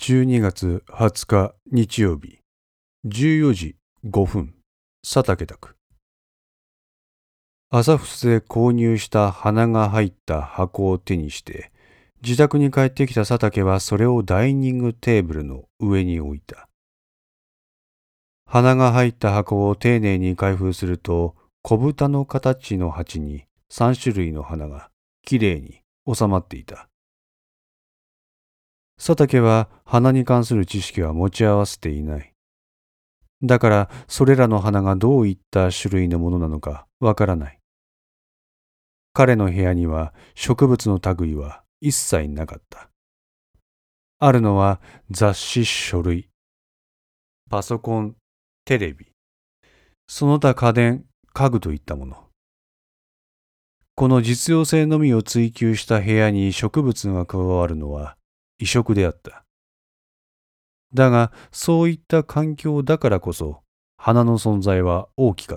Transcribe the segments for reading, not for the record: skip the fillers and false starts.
12月20日日曜日、14時5分、佐竹宅。朝伏で購入した花が入った箱を手にして、自宅に帰ってきた佐竹はそれをダイニングテーブルの上に置いた。花が入った箱を丁寧に開封すると、小豚の形の鉢に3種類の花がきれいに収まっていた。佐竹は花に関する知識は持ち合わせていない。だからそれらの花がどういった種類のものなのかわからない。彼の部屋には植物の類は一切なかった。あるのは雑誌、書類、パソコン、テレビ、その他家電、家具といったもの。この実用性のみを追求した部屋に植物が加わるのは異色であった。だがそういった環境だからこそ花の存在は大きかった。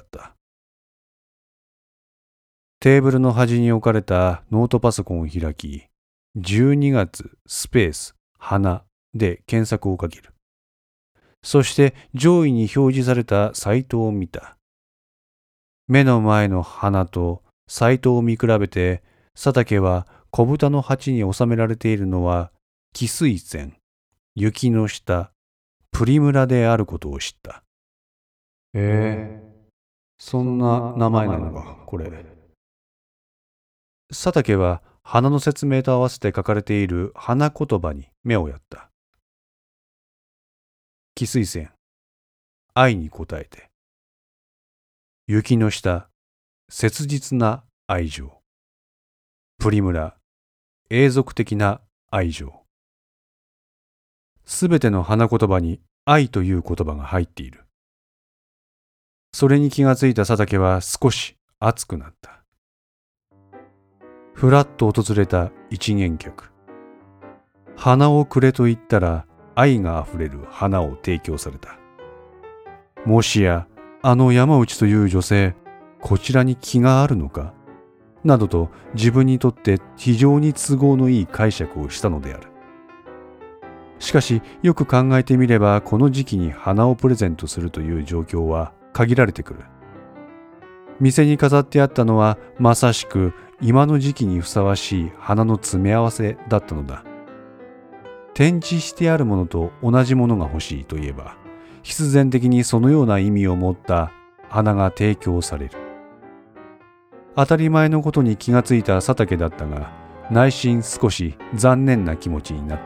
テーブルの端に置かれたノートパソコンを開き、12月スペース花で検索をかける。そして上位に表示されたサイトを見た。目の前の花とサイトを見比べて、佐竹は小豚の鉢に収められているのは汽水泉、雪の下、プリムラであることを知った。そんな名前なのか、これ。佐竹は花の説明と合わせて書かれている花言葉に目をやった。汽水泉、愛に応えて。雪の下、切実な愛情。プリムラ、永続的な愛情。すべての花言葉に愛という言葉が入っている。それに気がついた佐竹は少し熱くなった。ふらっと訪れた一見客。花をくれと言ったら愛があふれる花を提供された。もしやあの山内という女性、こちらに気があるのかなどと自分にとって非常に都合のいい解釈をしたのである。しかしよく考えてみれば、この時期に花をプレゼントするという状況は限られてくる。店に飾ってあったのはまさしく今の時期にふさわしい花の詰め合わせだったのだ。展示してあるものと同じものが欲しいといえば、必然的にそのような意味を持った花が提供される。当たり前のことに気がついた佐竹だったが、内心少し残念な気持ちになった。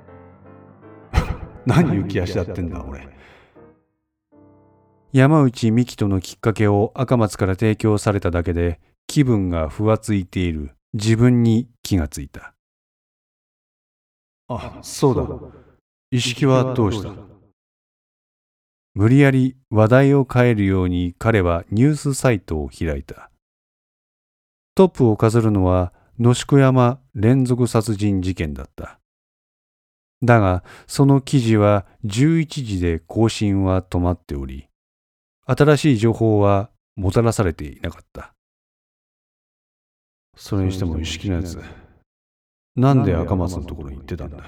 何浮き足立ってんだ俺。山内美希とのきっかけを赤松から提供されただけで気分がふわついている自分に気がついた。そうだ。意識はどうした？無理やり話題を変えるように彼はニュースサイトを開いた。トップを飾るのは野宿山連続殺人事件だった。だがその記事は11時で更新は止まっており、新しい情報はもたらされていなかった。それにしても一色のやつ、なんで赤松のところに行ってたんだ。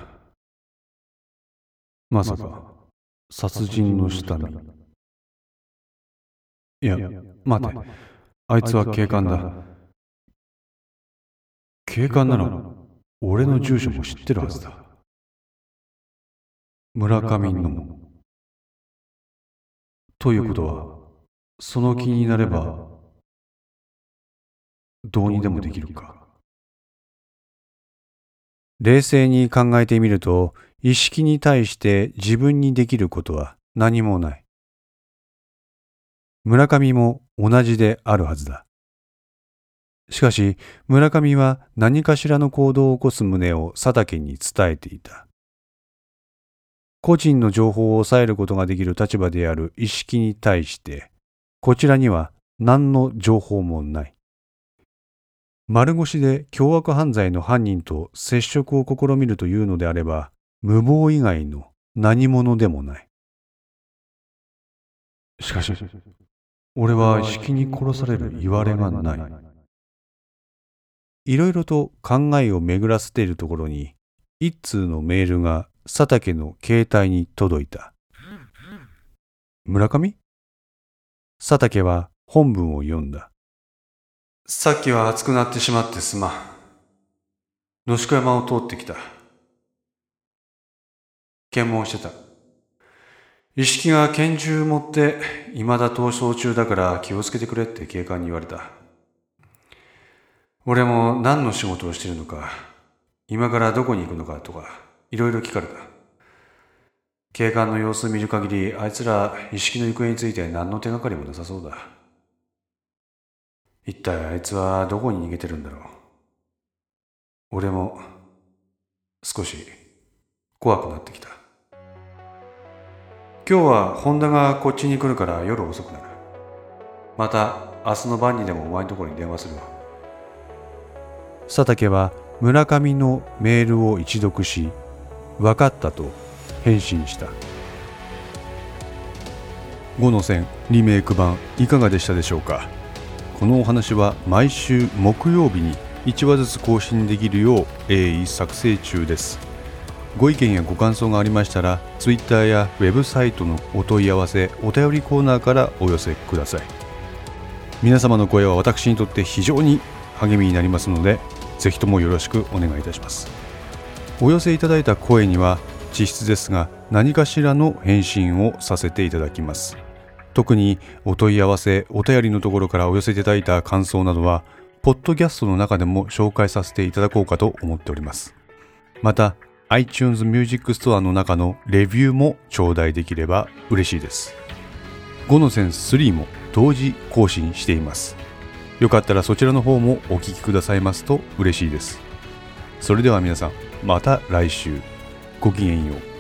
まさか殺人の下見。いや待て、あいつは警官だ。警官なら俺の住所も知ってるはずだ。村上のも。ということはその気になればどうにでもできるか。冷静に考えてみると、一色に対して自分にできることは何もない。村上も同じであるはずだ。しかし村上は何かしらの行動を起こす旨を佐竹に伝えていた。個人の情報を抑えることができる立場である一色に対して、こちらには何の情報もない。丸腰で凶悪犯罪の犯人と接触を試みるというのであれば、無謀以外の何者でもない。しかし、俺は一色に殺されるいわれがない。いろいろと考えを巡らせているところに、一通のメールが佐竹の携帯に届いた。村上？佐竹は本文を読んだ。さっきは熱くなってしまってすまん。野宿山を通ってきた。検問してた。一色が拳銃持って未だ逃走中だから気をつけてくれって警官に言われた。俺も何の仕事をしているのか、今からどこに行くのかとかいろいろ聞かれた。警官の様子を見る限り、あいつら一色の行方について何の手がかりもなさそうだ。一体あいつはどこに逃げてるんだろう。俺も少し怖くなってきた。今日は本田がこっちに来るから夜遅くなる。また明日の晩にでもお前のところに電話するわ。佐竹は村上のメールを一読し、分かったと返信した。5の線リメイク版いかがでしたでしょうか。このお話は毎週木曜日に1話ずつ更新できるよう鋭意作成中です。ご意見やご感想がありましたら Twitter やウェブサイトのお問い合わせお便りコーナーからお寄せください。皆様の声は私にとって非常に励みになりますので、ぜひともよろしくお願いいたします。お寄せいただいた声には実質ですが何かしらの返信をさせていただきます。特にお問い合わせお便りのところからお寄せいただいた感想などはポッドキャストの中でも紹介させていただこうかと思っております。また iTunes Music Store の中のレビューも頂戴できれば嬉しいです。5の線3も同時更新しています。よかったらそちらの方もお聞きくださいますと嬉しいです。それでは皆さん、また来週。ごきげんよう。